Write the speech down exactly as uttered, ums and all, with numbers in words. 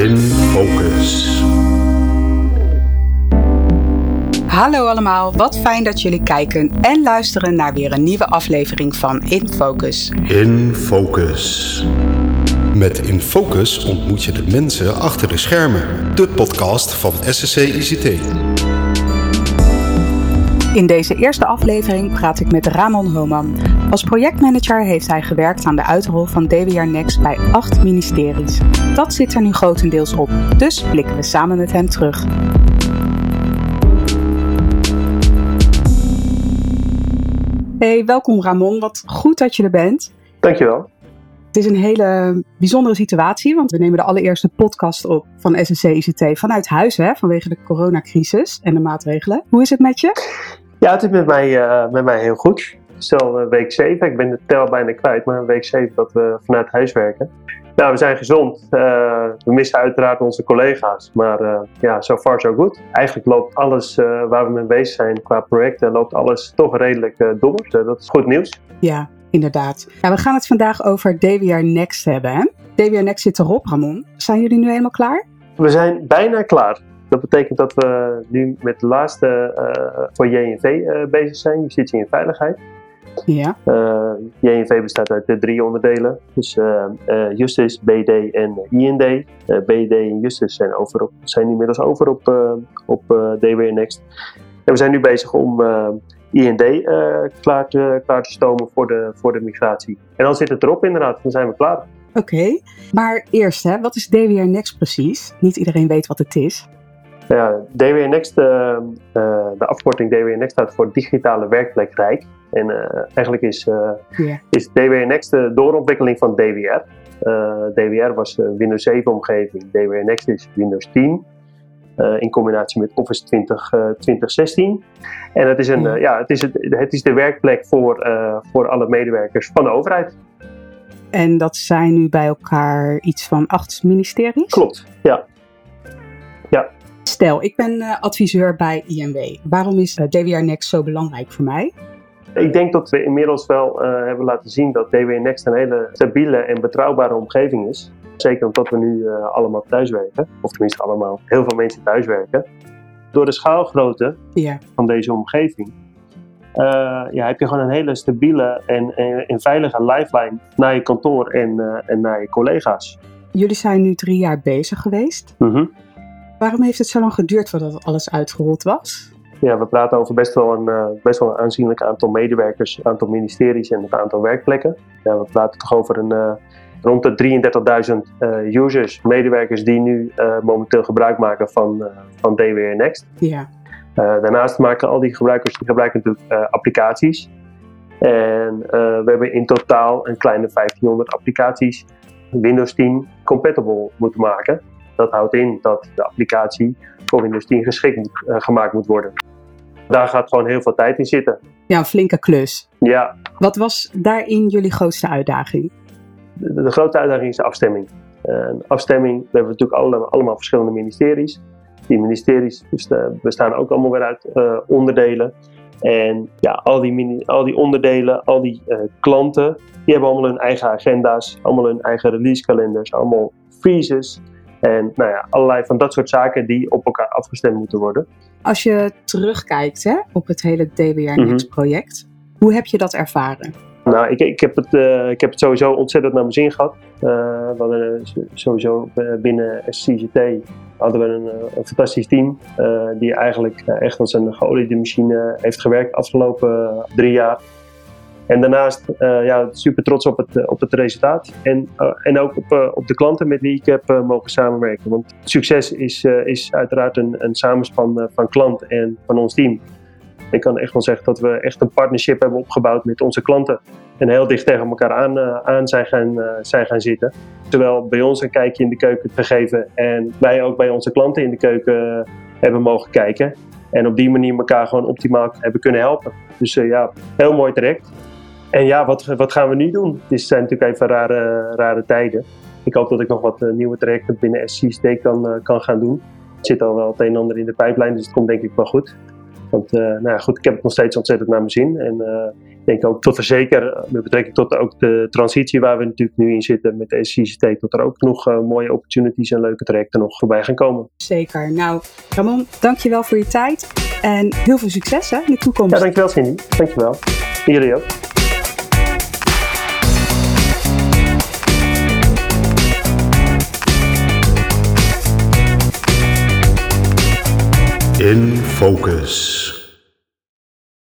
In Focus. Hallo allemaal, wat fijn dat jullie kijken en luisteren naar weer een nieuwe aflevering van In Focus. In Focus. Met In Focus ontmoet je de mensen achter de schermen. De podcast van S S C I C T. In deze eerste aflevering praat ik met Ramon Homan. Als projectmanager heeft hij gewerkt aan de uitrol van D W R Next bij acht ministeries. Dat zit er nu grotendeels op, dus blikken we samen met hem terug. Hey, welkom Ramon. Wat goed dat je er bent. Dankjewel. Het is een hele bijzondere situatie, want we nemen de allereerste podcast op van S S C I C T vanuit huis, hè, vanwege de coronacrisis en de maatregelen. Hoe is het met je? Ja, het is met mij, uh, met mij heel goed. Stel uh, week zeven, ik ben de tel bijna kwijt, maar week zeven dat we vanuit huis werken. Nou, we zijn gezond. Uh, we missen uiteraard onze collega's, maar uh, ja, so far so good. Eigenlijk loopt alles uh, waar we mee bezig zijn qua projecten, loopt alles toch redelijk uh, door. Uh, dat is goed nieuws. Ja, inderdaad. Nou, we gaan het vandaag over D W R Next hebben, hè? D W R Next zit erop, Ramon. Zijn jullie nu helemaal klaar? We zijn bijna klaar. Dat betekent dat we nu met de laatste uh, voor J N V uh, bezig zijn, Justitie en Veiligheid. Ja. Uh, J N V bestaat uit de drie onderdelen, dus uh, uh, Justice, B D en I N D. Uh, B D en Justice zijn, over op, zijn inmiddels over op, uh, op uh, D W R Next. En we zijn nu bezig om uh, I N D uh, klaar, te, klaar te stomen voor de, voor de migratie. En dan zit het erop inderdaad, dan zijn we klaar. Oké, okay. Maar eerst, hè, wat is D W R Next precies? Niet iedereen weet wat het is. Ja, D W R Next, uh, uh, de afkorting D W R Next staat voor Digitale Werkplek Rijk. En uh, eigenlijk is, uh, yeah. is D W R Next de doorontwikkeling van D W R. Uh, D W R was uh, Windows zeven omgeving, D W R Next is Windows tien. Uh, in combinatie met Office twintig, uh, twintig zestien. En het is, een, uh, ja, het is, het, het is de werkplek voor, uh, voor alle medewerkers van de overheid. En dat zijn nu bij elkaar iets van acht ministeries? Klopt, ja. ja. Stel, ik ben uh, adviseur bij I N W. Waarom is uh, D W R Next zo belangrijk voor mij? Ik denk dat we inmiddels wel uh, hebben laten zien dat D W R Next een hele stabiele en betrouwbare omgeving is. Zeker omdat we nu uh, allemaal thuiswerken, of tenminste allemaal, heel veel mensen thuiswerken. Door de schaalgrootte yeah. van deze omgeving uh, ja, heb je gewoon een hele stabiele en, en, en veilige lifeline naar je kantoor en, uh, en naar je collega's. Jullie zijn nu drie jaar bezig geweest. Mm-hmm. Waarom heeft het zo lang geduurd voordat alles uitgerold was? Ja, we praten over best wel een, uh, best wel een aanzienlijk aantal medewerkers, een aantal ministeries en het aantal werkplekken. Ja, we praten toch over een, uh, rond de drieëndertigduizend uh, users, medewerkers die nu uh, momenteel gebruik maken van, uh, van D W R Next. Ja. Uh, daarnaast maken al die gebruikers die gebruiken natuurlijk uh, applicaties. En uh, we hebben in totaal een kleine vijftienhonderd applicaties Windows tien compatible moeten maken. Dat houdt in dat de applicatie voor Windows tien geschikt moet, uh, gemaakt moet worden. Daar gaat gewoon heel veel tijd in zitten. Ja, een flinke klus. Ja. Wat was daarin jullie grootste uitdaging? De, de grote uitdaging is de afstemming. Uh, afstemming, we hebben natuurlijk allemaal, allemaal verschillende ministeries. Die ministeries bestaan ook allemaal weer uit uh, onderdelen. En ja, al die, mini, al die onderdelen, al die uh, klanten, die hebben allemaal hun eigen agenda's, allemaal hun eigen releasekalenders, allemaal freezes. En nou ja, allerlei van dat soort zaken die op elkaar afgestemd moeten worden. Als je terugkijkt hè, op het hele D W R Next project, mm-hmm. hoe heb je dat ervaren? Nou, ik, ik, heb het, uh, ik heb het sowieso ontzettend naar mijn zin gehad. Uh, we hadden uh, sowieso uh, binnen S C I C T hadden we een, uh, een fantastisch team. Uh, die eigenlijk uh, echt als een geoliede machine heeft gewerkt de afgelopen uh, drie jaar. En daarnaast uh, ja, super trots op het, uh, op het resultaat. En, uh, en ook op, uh, op de klanten met wie ik heb uh, mogen samenwerken. Want succes is, uh, is uiteraard een, een samenspan uh, van klant en van ons team. Ik kan echt wel zeggen dat we echt een partnership hebben opgebouwd met onze klanten. En heel dicht tegen elkaar aan, uh, aan zijn, gaan, uh, zijn gaan zitten. Zowel bij ons een kijkje in de keuken te geven. En wij ook bij onze klanten in de keuken uh, hebben mogen kijken. En op die manier elkaar gewoon optimaal hebben kunnen helpen. Dus uh, ja, heel mooi traject. En ja, wat, wat gaan we nu doen? Het zijn natuurlijk even rare, rare tijden. Ik hoop dat ik nog wat uh, nieuwe trajecten binnen S C I C T kan, uh, kan gaan doen. Het zit al wel het een en ander in de pijplijn, dus het komt denk ik wel goed. Want uh, nou ja, goed, ik heb het nog steeds ontzettend naar mijn zin. En uh, ik denk ook tot er zeker, met betrekking tot ook de transitie waar we natuurlijk nu in zitten met de S C I C T, tot er ook nog uh, mooie opportunities en leuke trajecten nog voorbij gaan komen. Zeker. Nou, Ramon, dankjewel voor je tijd en heel veel succes hè, in de toekomst. Ja, dankjewel Cindy. Dankjewel. En jullie ook. In Focus.